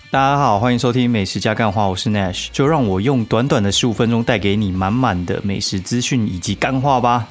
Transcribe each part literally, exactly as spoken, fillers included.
大家好，欢迎收听美食加干话，我是 Nash， 就让我用短短的十五分钟带给你满满的美食资讯以及干话吧。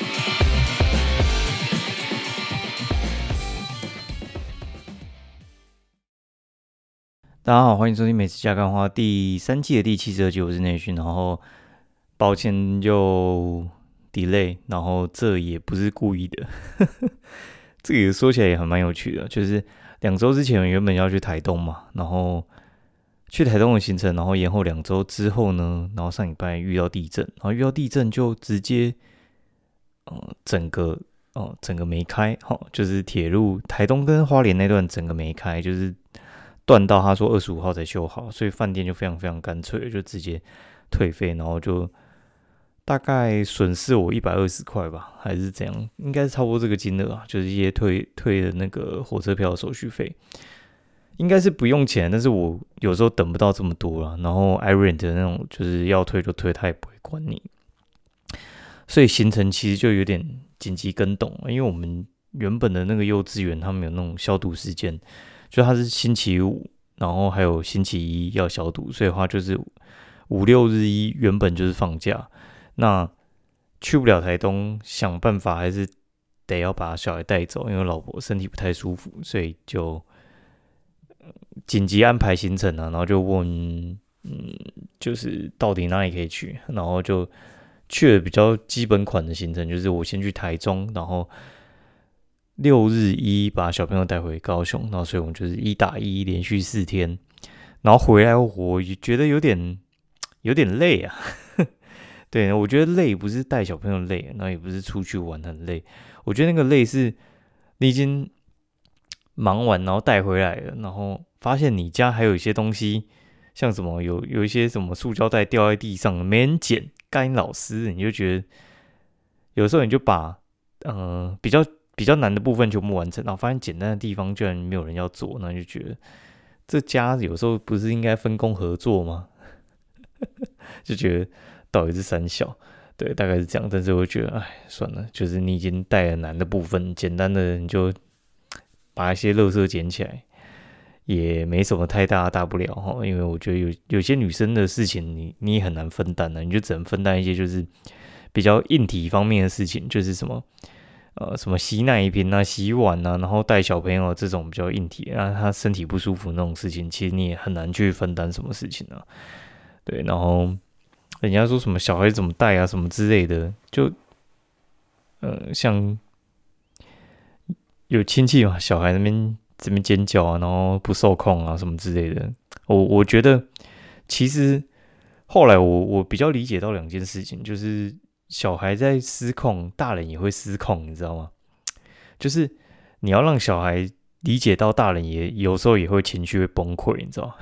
大家好，欢迎收听美食加干话第三季的第七十二集，我是 Nash， 然后抱歉就 delay， 然后这也不是故意的，这个说起来也很蛮有趣的，就是两周之前原本要去台东嘛，然后去台东的行程，然后延后两周之后呢，然后上礼拜遇到地震，然后遇到地震就直接，呃，整个哦整个没开，好、哦，就是铁路台东跟花莲那段整个没开，就是断到他说二十五号才修好，所以饭店就非常非常干脆，就直接退费，然后就大概损失我一百二十块吧，还是怎样，应该是差不多这个金额啊，就是一些退退的那个火车票的手续费。应该是不用钱，但是我有时候等不到这么多啦。然后 iRent 的那种就是要退就退，他也不会管你，所以行程其实就有点紧急更动，因为我们原本的那个幼稚园他们有那种消毒时间，就它是星期五，然后还有星期一要消毒，所以的话就是五六日一原本就是放假，那去不了台东，想办法还是得要把小孩带走，因为老婆身体不太舒服，所以就紧急安排行程啊，然后就问，嗯，就是到底哪里可以去，然后就去了比较基本款的行程，就是我先去台中，然后六日一把小朋友带回高雄，然后所以我们就是一打一连续四天，然后回来我觉得有点有点累啊，对，我觉得累不是带小朋友累，然后也不是出去玩很累，我觉得那个累是你已经忙完然后带回来了，然后发现你家还有一些东西，像什么有有一些什么塑胶袋掉在地上没人捡，干老师，你就觉得有时候你就把呃比较比较难的部分全部完成，然后发现简单的地方居然没有人要做，那就觉得这家有时候不是应该分工合作吗？就觉得到底是三小，对，大概是这样。但是我觉得，哎，算了，就是你已经带了难的部分，简单的你就把一些垃圾捡起来，也没什么太大大不了哈。因为我觉得有有些女生的事情你，你也很难分担的，你就只能分担一些就是比较硬体方面的事情，就是什么呃什么洗奶瓶啊、洗碗啊，然后带小朋友这种比较硬体，让他身体不舒服那种事情，其实你也很难去分担什么事情啊。对，然后人家说什么小孩怎么带啊，什么之类的，就呃像有亲戚嘛，小孩那边这边尖叫啊，然后不受控啊什么之类的。我我觉得其实后来我我比较理解到两件事情，就是小孩在失控，大人也会失控，你知道吗？就是你要让小孩理解到大人也有时候也会情绪会崩溃，你知道吗？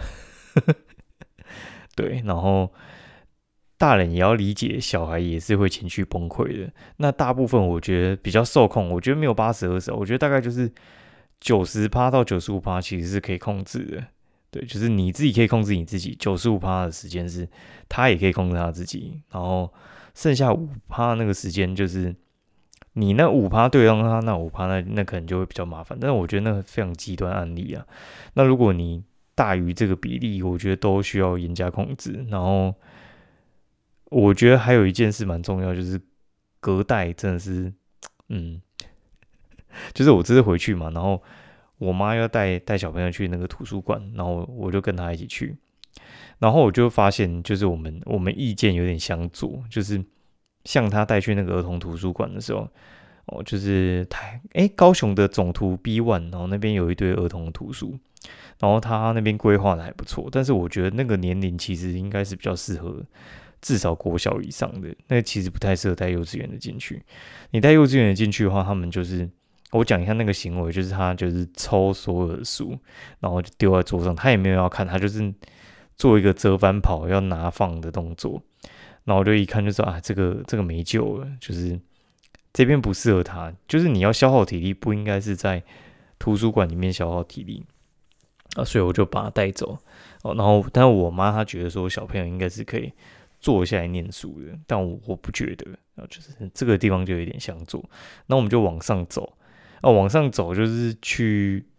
对，然后大人也要理解小孩也是会情绪崩溃的。那大部分我觉得比较受控，我觉得没有八十二十，我觉得大概就是九十趴到九十五趴其实是可以控制的。对，就是你自己可以控制你自己，九十五趴的时间是他也可以控制他自己，然后剩下五趴那个时间就是你那五趴对让他那五趴，那那可能就会比较麻烦。但是我觉得那个非常极端案例啊。那如果你大于这个比例，我觉得都需要严加控制。然后我觉得还有一件事蛮重要，就是隔代真的是，嗯，就是我这次回去嘛，然后我妈要带带小朋友去那个图书馆，然后我就跟她一起去，然后我就发现，就是我们我们意见有点相左，就是像她带去那个儿童图书馆的时候，哦，就是台哎高雄的总图 B 一，然后那边有一堆儿童图书，然后他那边规划的还不错，但是我觉得那个年龄其实应该是比较适合。至少国小以上的，那其实不太适合带幼稚园的进去。你带幼稚园的进去的话，他们就是我讲一下那个行为，就是他就是抽所有的书，然后就丢在桌上，他也没有要看，他就是做一个折返跑要拿放的动作，然后我就一看就知道啊，这个这个没救了，就是这边不适合他，就是你要消耗体力，不应该是在图书馆里面消耗体力啊，所以我就把他带走哦，然后但是我妈她觉得说小朋友应该是可以。坐下来念书的，但我我不觉得，然后就是这个地方就有点相左。那我们就往上走，啊，往上走就是去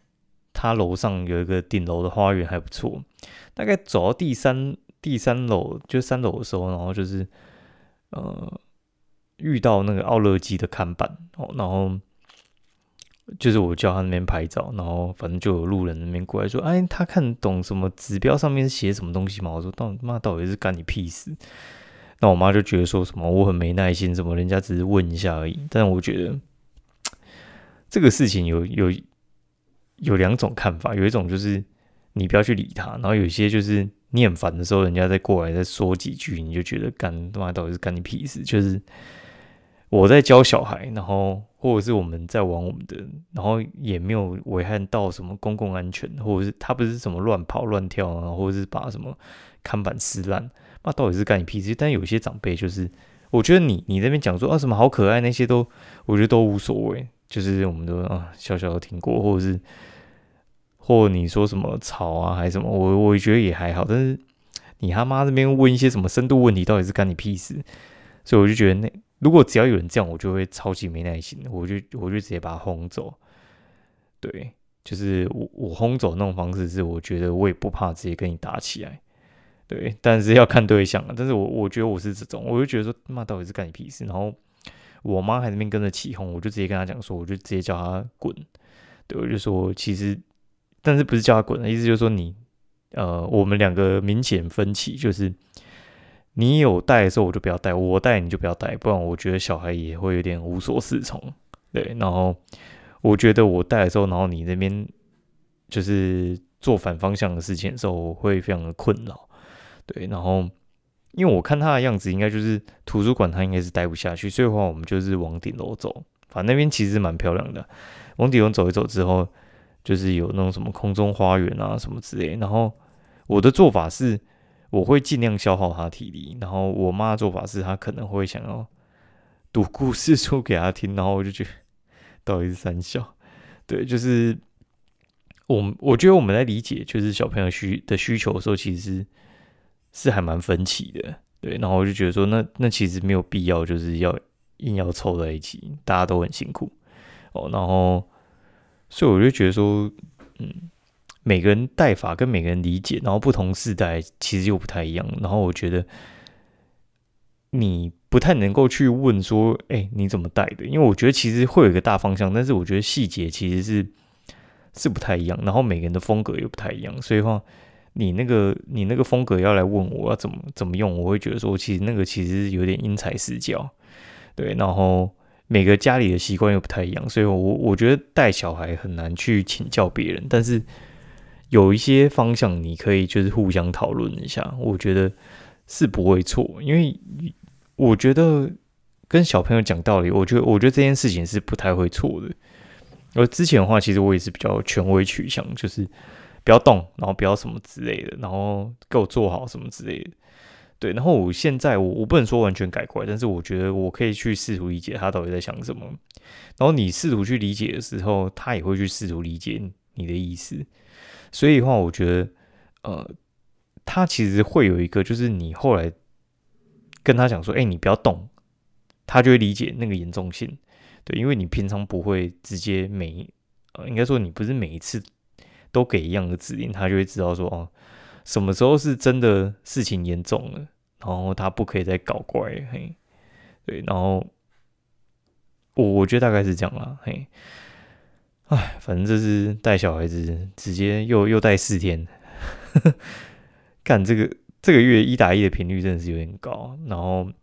他楼上有一个顶楼的花园还不错，大概走到第三第三楼就三楼的时候，然后就是呃遇到那个奥乐基的看板哦，然后就是我叫他那边拍照，然后反正就有路人那边过来说，哎，他看懂什么指标上面写什么东西吗？我说到妈到底是干你屁事？那我妈就觉得说什么我很没耐心，什么人家只是问一下而已。但我觉得这个事情有有有两种看法，有一种就是你不要去理他，然后有些就是你很烦的时候，人家再过来再说几句，你就觉得干他妈到底是干你屁事？就是我在教小孩，然后或者是我们在玩我们的，然后也没有危害到什么公共安全，或者是他不是什么乱跑乱跳啊，或者是把什么看板撕烂，那到底是干你屁事？但有些长辈就是，我觉得你你那边讲说啊什么好可爱那些都，我觉得都无所谓，就是我们都啊小小的听过，或者是或你说什么吵啊还是什么，我我觉得也还好，但是你他妈这边问一些什么深度问题，到底是干你屁事？所以我就觉得那如果只要有人这样，我就会超级没耐心，我就我就直接把他轰走。对，就是我我轰走那种方式是，我觉得我也不怕直接跟你打起来。对，但是要看对象啊。但是我我觉得我是这种，我就觉得说，妈到底是干你屁事？然后我妈还在那边跟着起哄，我就直接跟她讲说，我就直接叫她滚。对，我就说其实，但是不是叫她滚的意思，就是说你呃，我们两个明显分歧，就是你有带的时候我就不要带，我带你就不要带，不然我觉得小孩也会有点无所适从。对，然后我觉得我带的时候，然后你那边就是做反方向的事情的时候，我会非常的困扰。对，然后因为我看他的样子，应该就是图书馆他应该是待不下去，所以的话我们就是往顶楼走。反正那边其实蛮漂亮的，往顶楼走一走之后，就是有那种什么空中花园啊什么之类。然后我的做法是，我会尽量消耗他体力，然后我妈的做法是，她可能会想要读故事书给他听，然后我就觉得到底是三小，对，就是我我觉得我们在理解就是小朋友需的需求的时候，其实是。是还蛮分歧的，对，然后我就觉得说那，那其实没有必要，就是要硬要凑在一起，大家都很辛苦哦，然后，所以我就觉得说，嗯，每个人带法跟每个人理解，然后不同世代其实又不太一样，然后我觉得你不太能够去问说，哎、欸，你怎么带的？因为我觉得其实会有一个大方向，但是我觉得细节其实是是不太一样，然后每个人的风格也不太一样，所以话。你那个你那个风格要来问我要怎么怎么用，我会觉得说，其实那个其实有点因材施教，对，然后每个家里的习惯又不太一样，所以我我觉得带小孩很难去请教别人，但是有一些方向你可以就是互相讨论一下，我觉得是不会错，因为我觉得跟小朋友讲道理，我觉得我觉得这件事情是不太会错的。而之前的话，其实我也是比较权威取向，就是。不要动，然后不要什么之类的，然后给我做好什么之类的。对，然后我现在我我不能说完全改过来，但是我觉得我可以去试图理解他到底在想什么。然后你试图去理解的时候，他也会去试图理解你的意思。所以的话，我觉得呃，他其实会有一个，就是你后来跟他讲说，哎、欸，你不要动，他就会理解那个严重性。对，因为你平常不会直接每呃，应该说你不是每一次。都给一样的指令，他就会知道说哦，什么时候是真的事情严重了，然后他不可以再搞怪，嘿，对，然后我我觉得大概是这样啦，嘿，哎，反正这是带小孩子，直接又又带四天，干这个这个月一打一的频率真的是有点高，然后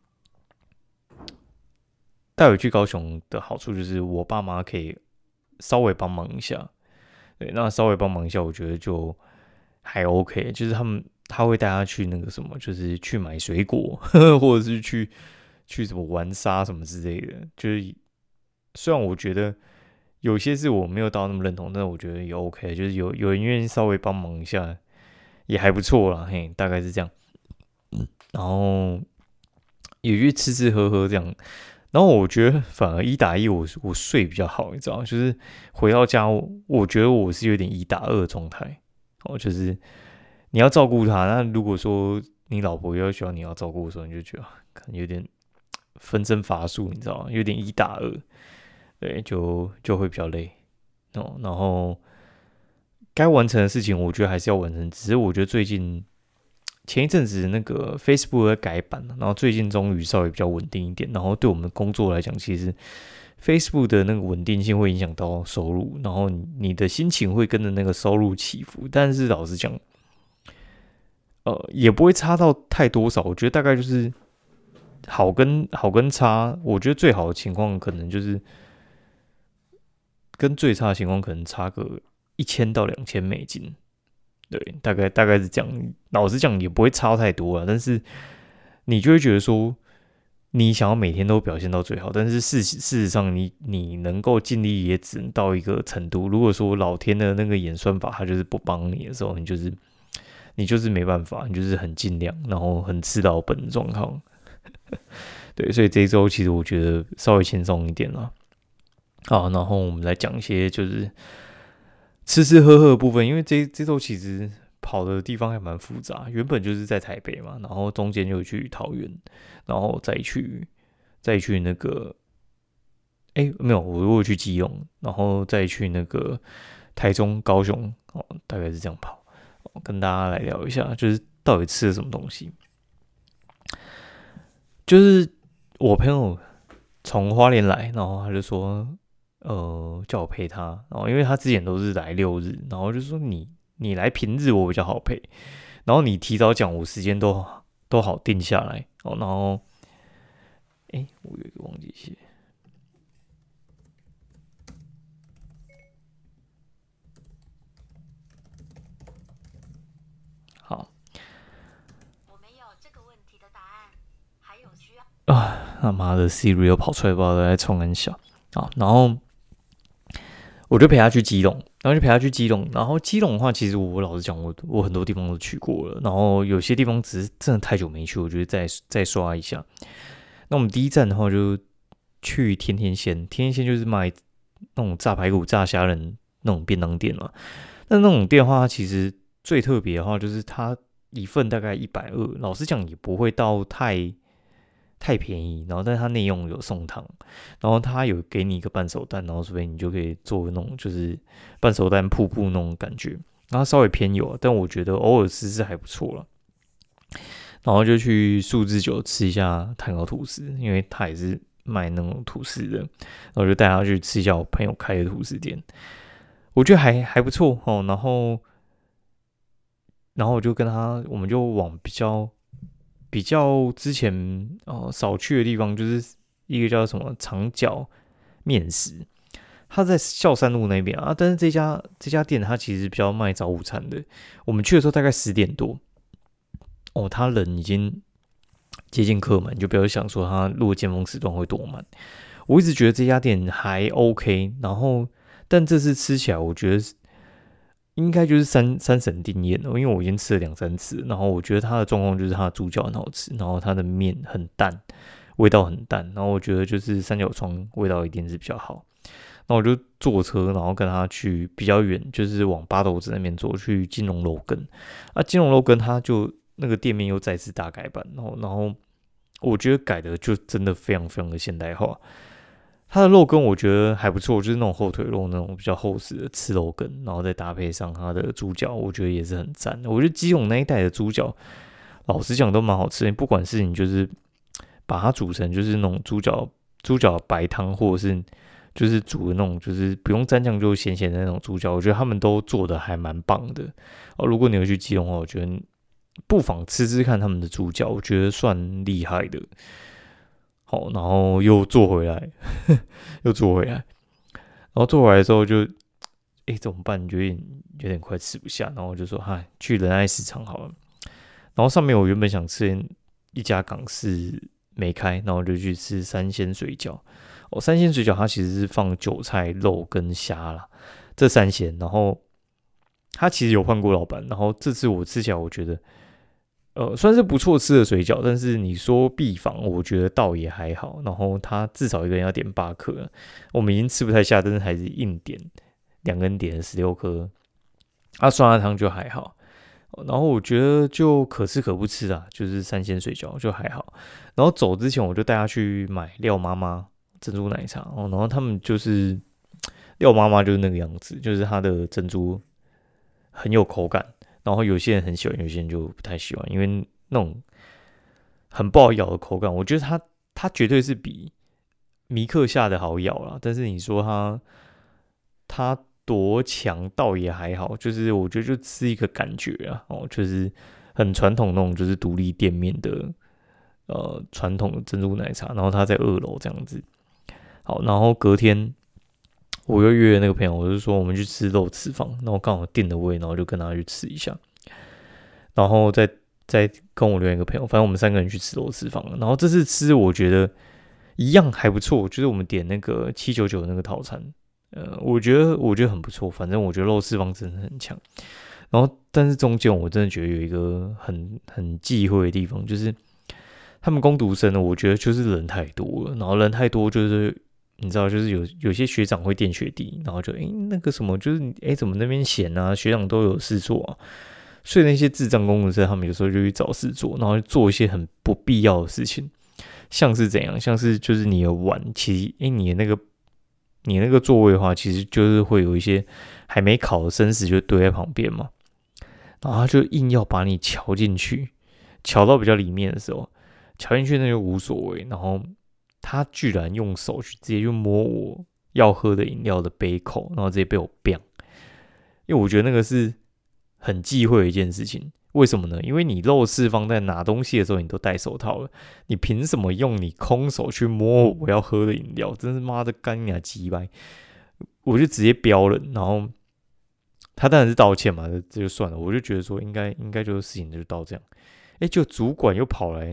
带回去高雄的好处就是我爸妈可以稍微帮忙一下。对，那稍微帮忙一下，我觉得就还 OK。就是他们他会带他去那个什么，就是去买水果，呵呵或者是去去什么玩沙什么之类的。就是虽然我觉得有些是我没有到那么认同，但是我觉得也 OK。就是有有人愿意稍微帮忙一下，也还不错啦。嘿，大概是这样。然后也去吃吃喝喝这样。然后我觉得反而一打一我我睡比较好，你知道，就是回到家我，我觉得我是有点一打二的状态哦，就是你要照顾他，那如果说你老婆要需要你要照顾的时候，你就觉得可能有点分身乏术，你知道吗？有点一打二，对，就就会比较累哦。然后该完成的事情，我觉得还是要完成。只是我觉得最近前一阵子那个 Facebook 在改版，然后最近终于稍微比较稳定一点。然后对我们工作来讲，其实 Facebook 的那个稳定性会影响到收入，然后你的心情会跟着那个收入起伏。但是老实讲，呃，也不会差到太多少。我觉得大概就是好跟好跟差，我觉得最好的情况可能就是跟最差的情况可能差个一千到两千美金。对，大概大概是这样。老实讲，也不会差太多了，但是你就会觉得说，你想要每天都表现到最好，但是事事实上你，你能够尽力也只能到一个程度。如果说老天的那个演算法，它就是不帮你的时候，你就是你就是没办法，你就是很尽量，然后很吃老本的状况。对，所以这一周其实我觉得稍微轻松一点了。好，然后我们来讲一些就是吃吃喝喝的部分，因为这这周其实跑的地方还蛮复杂，原本就是在台北嘛，然后中间就去桃园，然后再去再去那个，哎、欸、没有，我如果去基隆，然后再去那个台中、高雄，哦，大概是这样跑。哦、跟大家来聊一下，就是到底吃了什么东西。就是我朋友从花莲来，然后他就说。呃，叫我陪他，然后因为他之前都是来六日，然后就说你你来平日我比较好陪，然后你提早讲，我时间都都好定下来哦。然后，哎，我有一个忘记写，好，我没有这个问题的答案，还有需要啊，他妈的 Siri 又跑出来，不知道在冲很小啊，然后。我就陪他去基隆，然后就陪他去基隆。然后基隆的话，其实我老实讲，我我很多地方都去过了，然后有些地方只是真的太久没去，我觉得再再刷一下。那我们第一站的话就去天天鲜，天天鲜就是卖那种炸排骨、炸虾仁那种便当店嘛。那那种店的话，其实最特别的话就是它一份大概一百二，老实讲也不会到太。太便宜，然后但是它内用有送汤，然后它有给你一个半熟蛋，然后所以你就可以做那种就是半熟蛋瀑布那种感觉，然后稍微偏油，但我觉得偶尔吃是还不错了。然后就去数字九吃一下蛋糕吐司，因为他也是卖那种吐司的，然后就带他去吃一下我朋友开的吐司店，我觉得还还不错哦。然后，然后我就跟他，我们就往比较。比较之前哦少去的地方，就是一个叫什么长角面食，它在孝山路那边啊。但是这家这家店它其实比较卖早午餐的。我们去的时候大概十点多，哦，他人已经接近客满，你就不要想说他如果尖峰时段会多满。我一直觉得这家店还 OK， 然后但这次吃起来，我觉得应该就是三三省定谳了，因为我已经吃了两三次，然后我觉得它的状况就是它的猪脚很好吃，然后它的面很淡，味道很淡，然后我觉得就是三角窗味道一定是比较好。那我就坐车，然后跟他去比较远，就是往八斗子那边坐，去金龙楼根。啊，金龙楼根它就那个店面又再次大改版，然后然后我觉得改的就真的非常非常的现代化。它的肉羹我觉得还不错，就是那种后腿肉那种比较厚实的吃肉羹，然后再搭配上它的猪脚，我觉得也是很赞的。我觉得基隆那一带的猪脚，老实讲都蛮好吃的，不管是你就是把它煮成就是那种猪脚猪脚白汤，或者是就是煮的那种就是不用蘸酱就咸咸的那种猪脚，我觉得他们都做的还蛮棒的。哦，如果你有去基隆的话，我觉得不妨吃吃看他们的猪脚，我觉得算厉害的。好，然后又坐回来，又坐回来，然后坐回来之后就，哎，怎么办？有点有点快吃不下，然后我就说，嗨，去仁爱市场好了。然后上面我原本想吃一家港式没开，然后我就去吃三鲜水饺。哦，三鲜水饺它其实是放韭菜、肉跟虾啦，这三鲜。然后它其实有换过老板，然后这次我吃起来我觉得。呃，算是不错吃的水饺，但是你说必访，我觉得倒也还好。然后他至少一个人要点八颗，我们已经吃不太下，但是还是硬点，两个人点了十六颗。啊，酸辣汤就还好，然后我觉得就可吃可不吃啊，就是三鲜水饺就还好。然后走之前我就带他去买廖妈妈珍珠奶茶，哦，然后他们就是廖妈妈就是那个样子，就是它的珍珠。 很有口感，然后有些人很喜欢，有些人就不太喜欢，因为那种很不好咬的口感，我觉得它它绝对是比米克夏的好咬啦。但是你说它它多强倒也还好，就是我觉得就吃一个感觉啊，哦，就是很传统那种，就是独立店面的呃传统的珍珠奶茶，然后它在二楼这样子。好，然后隔天我又约那个朋友，我就说我们去吃肉翅坊，然后刚好定的位，然后就跟他去吃一下，然后再再跟我另外一个朋友，反正我们三个人去吃肉翅坊，然后这次吃我觉得一样还不错，就是我们点那个七九九那个套餐，呃，我觉得我觉得很不错，反正我觉得肉翅坊真的很强。然后，但是中间我真的觉得有一个很很忌讳的地方，就是他们工读生呢，我觉得就是人太多了，然后人太多就是你知道，就是有有些学长会垫学弟，然后就哎、欸、那个什么，就是哎、欸、怎么那边闲啊，学长都有事做啊，所以那些智障工读生他们有时候就去找事做，然后做一些很不必要的事情，像是怎样，像是就是你的碗，其实哎、欸、你的那个你那个座位的话，其实就是会有一些还没烤的生食就堆在旁边嘛。然后他就硬要把你瞧进去，瞧到比较里面的时候，瞧进去那就无所谓。然后他居然用手去直接就摸我要喝的饮料的杯口，然后直接被我扁。因为我觉得那个是很忌讳的一件事情。为什么呢？因为你肉翅放在拿东西的时候，你都戴手套了，你凭什么用你空手去摸我要喝的饮料？真是妈的干你啊鸡掰！我就直接飙了，然后。他当然是道歉嘛，这就算了。我就觉得说，应该应该就是事情就到这样。哎，就主管又跑来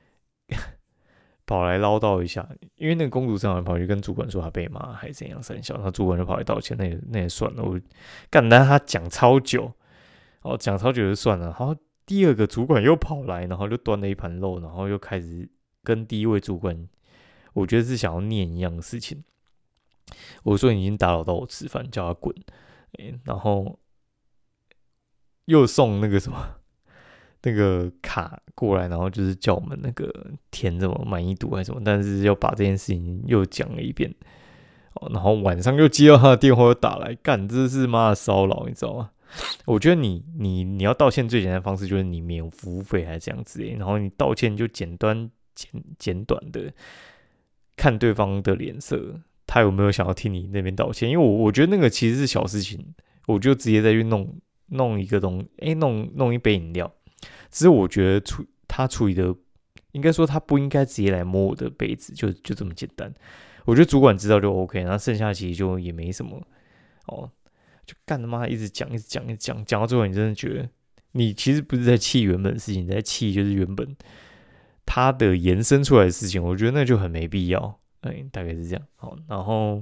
跑来唠叨一下，因为那个工读生好像跑去跟主管说他被骂还是怎样三小，然后主管就跑来道歉，那也那也算了。我干，但他讲超久，哦，讲超久就算了。然后第二个主管又跑来，然后就端了一盘肉，然后又开始跟第一位主管，我觉得是想要念一样的事情。我说你已经打扰到我吃饭，叫他滚。欸、然后又送那个什么那个卡过来，然后就是叫我们那个填什么满意度还是什么，但是要把这件事情又讲了一遍。哦，然后晚上又接到他的电话又打来，干，这是妈的骚扰，你知道吗？我觉得你你你要道歉最简单的方式就是你免服务费还是这样子、欸，然后你道歉就简单简简短的看对方的脸色。他有没有想要听你那边道歉？因为我我觉得那个其实是小事情，我就直接再去弄弄一个东，哎、欸，弄弄一杯饮料。只是我觉得处他处理的，应该说他不应该直接来摸我的杯子，就就这么简单。我觉得主管知道就 OK， 然后剩下其实就也没什么哦，就干他妈一直讲一直讲一直讲，讲到最后你真的觉得你其实不是在气原本的事情，你在气就是原本他的延伸出来的事情，我觉得那就很没必要。哎，大概是这样。好，然后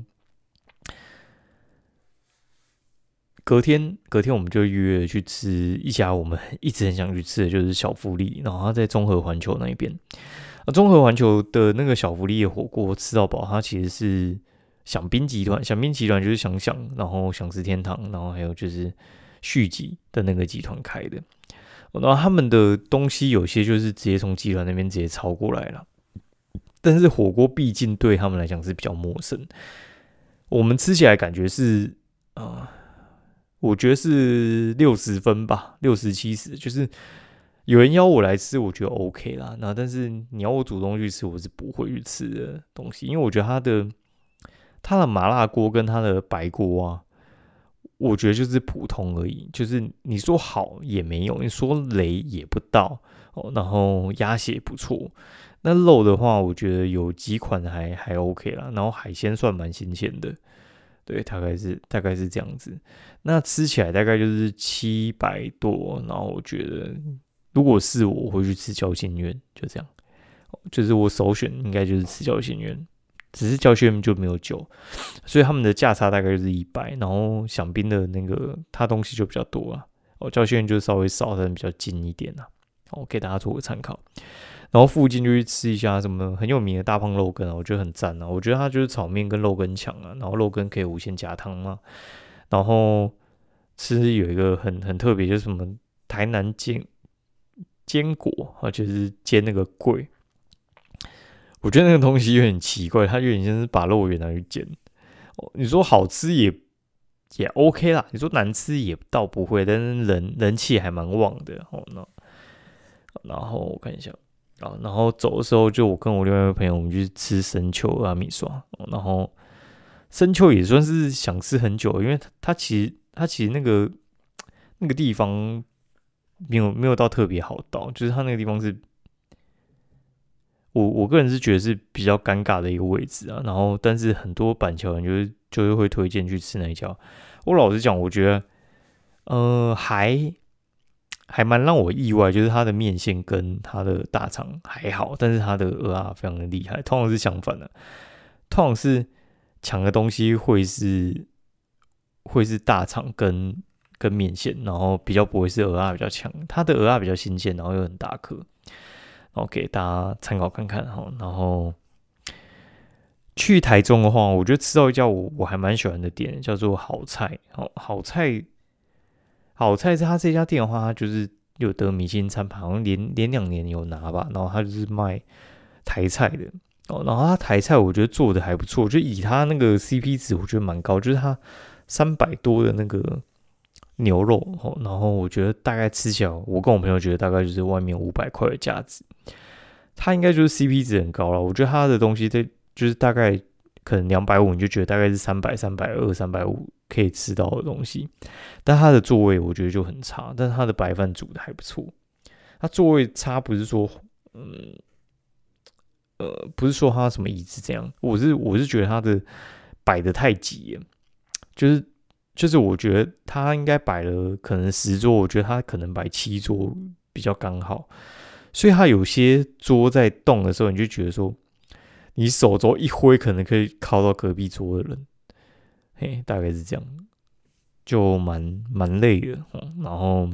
隔天，隔天我们就约去吃一家我们一直很想去吃的，就是小福利。然后它在中和环球那一边。啊，中和环球的那个小福利的火锅吃到饱，它其实是享宾集团，享宾集团就是想想，然后享食天堂，然后还有就是续集的那个集团开的。然后他们的东西有些就是直接从集团那边直接抄过来了。但是火锅毕竟对他们来讲是比较陌生，我们吃起来感觉是，呃，我觉得是六十分吧，六十七十，就是有人邀我来吃，我觉得 OK 啦。那但是你要我主动去吃，我是不会去吃的东西，因为我觉得它的它的麻辣锅跟它的白锅啊，我觉得就是普通而已，就是你说好也没有，你说雷也不到哦，然后鸭血不错。那肉的话，我觉得有几款还还 OK 啦，然后海鲜算蛮新鲜的，对，大概是大概是这样子。那吃起来大概就是七百多，然后我觉得如果是我，我会去吃交心苑，就这样，就是我首选应该就是吃交心苑，只是交心苑就没有酒，所以他们的价差大概就是一百，然后享宾的那个它东西就比较多啊，哦，交心苑就稍微少，但比较近一点啊，我给大家做个参考。然后附近就去吃一下什么很有名的大胖肉羹啊，我觉得很赞啊。我觉得它就是炒面跟肉羹强啊，然后肉羹可以无限加汤嘛。然后吃有一个很很特别，就是什么台南煎坚果啊，就是煎那个桂。我觉得那个东西有点奇怪，它有点像是把肉圆拿去煎。哦，你说好吃也也 OK 啦。你说难吃也倒不会，但是人人气还蛮旺的哦。那然后我看一下啊，然后走的时候就我跟我另外一个朋友，我们去吃生丘阿米刷，哦然后生丘也算是想吃很久，因为它它其实它其实那个那个地方没有没有到特别好到，就是它那个地方是。我我个人是觉得是比较尴尬的一个位置啊，然后但是很多板桥人就是就是会推荐去吃那一家。我老实讲，我觉得呃还还蛮让我意外，就是它的面线跟它的大肠还好，但是它的鹅啊非常的厉害。通常是相反的，通常是抢的东西会是会是大肠跟跟面线，然后比较不会是鹅啊比较强。它的鹅啊比较新鲜，然后又很大颗。然后给大家参考看看哈。然后去台中的话，我觉得吃到一家我我还蛮喜欢的店，叫做好菜。好好菜，好菜是它这家店的话，它就是有得米其林餐盘，好像连连两年有拿吧。然后它就是卖台菜的哦，然后它台菜我觉得做的还不错，就以它那个 C P 值，我觉得蛮高，就是它三百多的那个牛肉哦，然后我觉得大概吃起来，我跟我朋友觉得大概就是外面五百块的价值。它应该就是 C P 值很高了。我觉得它的东西，它就是大概可能两百五，你就觉得大概是三百、三百二、三百五可以吃到的东西。但它的座位我觉得就很差，但是它的白饭煮的还不错。它座位差不是说，嗯，呃，不是说它什么椅子这样，我是我是觉得它的摆的太挤了，就是就是我觉得它应该摆了可能十桌，我觉得它可能摆七桌比较刚好。所以它有些桌在动的时候，你就觉得说，你手肘一挥，可能可以靠到隔壁桌的人，嘿，大概是这样，就蛮蛮累的、嗯。然后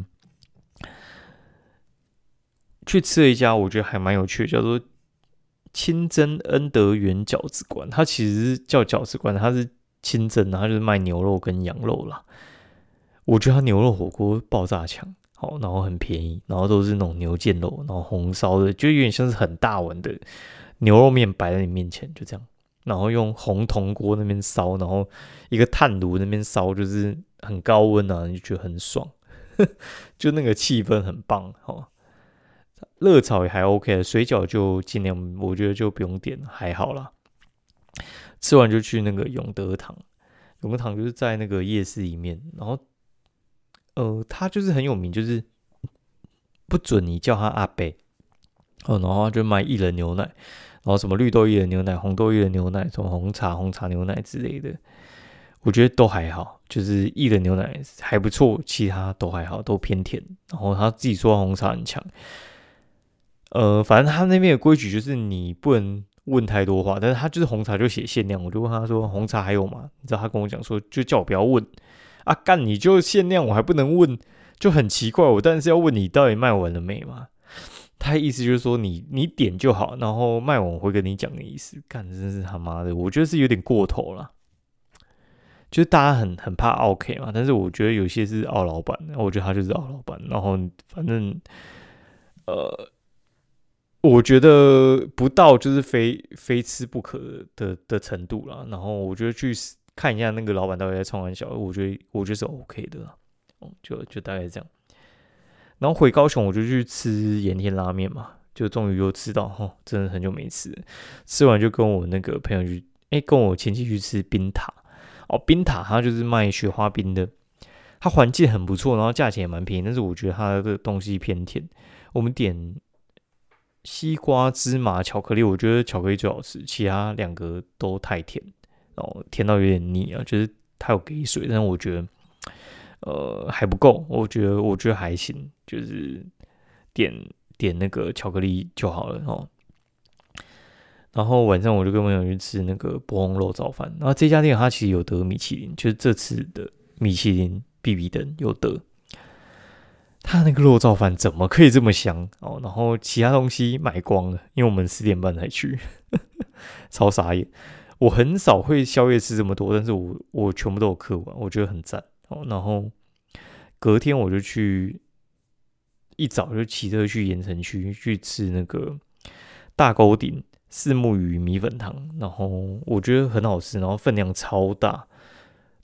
去吃了一家，我觉得还蛮有趣的，叫做清真恩德园饺子馆。它其实是叫饺子馆，它是清真的，它就是卖牛肉跟羊肉啦。我觉得它牛肉火锅爆炸强。好，然后很便宜，然后都是那种牛腱肉，然后红烧的，就有点像是很大碗的牛肉面摆在你面前，就这样，然后用红铜锅那边烧，然后一个炭炉那边烧，就是很高温啊，你就觉得很爽，就那个气氛很棒哦。热炒也还 OK， 水饺就尽量，我觉得就不用点，还好啦。吃完就去那个永德堂，永德堂就是在那个夜市里面，然后呃，他就是很有名，就是不准你叫他阿伯哦，然后他就卖薏仁牛奶，然后什么绿豆薏仁牛奶、红豆薏仁牛奶、什么红茶、红茶牛奶之类的，我觉得都还好，就是薏仁牛奶还不错，其他都还好，都偏甜。然后他自己说红茶很强，呃，反正他那边的规矩就是你不能问太多话，但是他就是红茶就写限量，我就问他说红茶还有吗？你知道他跟我讲说，就叫我不要问啊，干你就限量，我还不能问，就很奇怪，我当然是要问你到底卖完了没嘛。他的意思就是说你你点就好，然后卖完我会跟你讲的意思。干，真是他妈的，我觉得是有点过头了。就是大家很很怕奥 K 嘛，但是我觉得有些是奥老板，我觉得他就是奥老板。然后反正呃，我觉得不到就是非非吃不可的的程度啦。然后我觉得去看一下那个老板到底在冲完小，我觉得我觉得是 OK 的啦。就就大概这样。然后回高雄我就去吃盐田拉面嘛，就终于又吃到，哦，真的很久没吃了。吃完就跟我那个朋友去，哎、欸，跟我前妻去吃冰塔。哦，冰塔它就是卖雪花冰的，它环境很不错，然后价钱也蛮便宜，但是我觉得它的东西偏甜。我们点西瓜芝麻巧克力，我觉得巧克力最好吃，其他两个都太甜，然后甜到有点腻啊。就是它有给水，但是我觉得呃还不够，我觉得我觉得还行，就是点点那个巧克力就好了哦。然后晚上我就跟朋友去吃那个波红肉燥饭，然后这家店它其实有得米其林，就是这次的米其林必比登有得。它那个肉燥饭怎么可以这么香哦？然后其他东西买光了，因为我们四点半才去，超傻眼。我很少会宵夜吃这么多，但是我我全部都有嗑完，我觉得很赞哦。然后隔天我就去，一早就骑车去盐城区去吃那个大沟顶四目鱼米粉汤，然后我觉得很好吃，然后分量超大，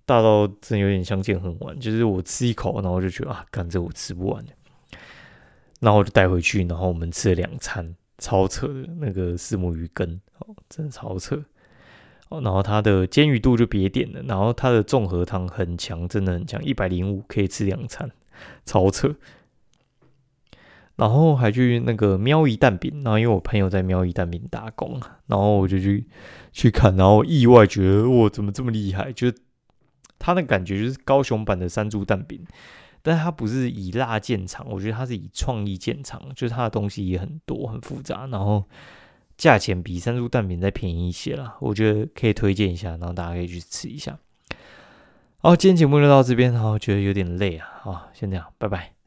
大到真的有点相见恨晚。就是我吃一口，然后我就觉得啊，干这我吃不完，然后我就带回去，然后我们吃了两餐，超扯的那个虱目鱼羹，哦，真的超扯。哦，然后它的煎鱼肚就别点了，然后它的综合汤很强，真的很强，一百零五可以吃两餐，超扯。然后还去那个喵姨蛋饼，然后因为我朋友在喵姨蛋饼打工，然后我就去去看，然后意外觉得哇，怎么这么厉害？就是它的感觉就是高雄版的山猪蛋饼，但是它不是以辣见长，我觉得它是以创意见长，就是它的东西也很多很复杂，然后价钱比山猪蛋饼再便宜一些啦，我觉得可以推荐一下，然后大家可以去吃一下。好，今天节目就到这边，然后觉得有点累啊，好，先这样，拜拜。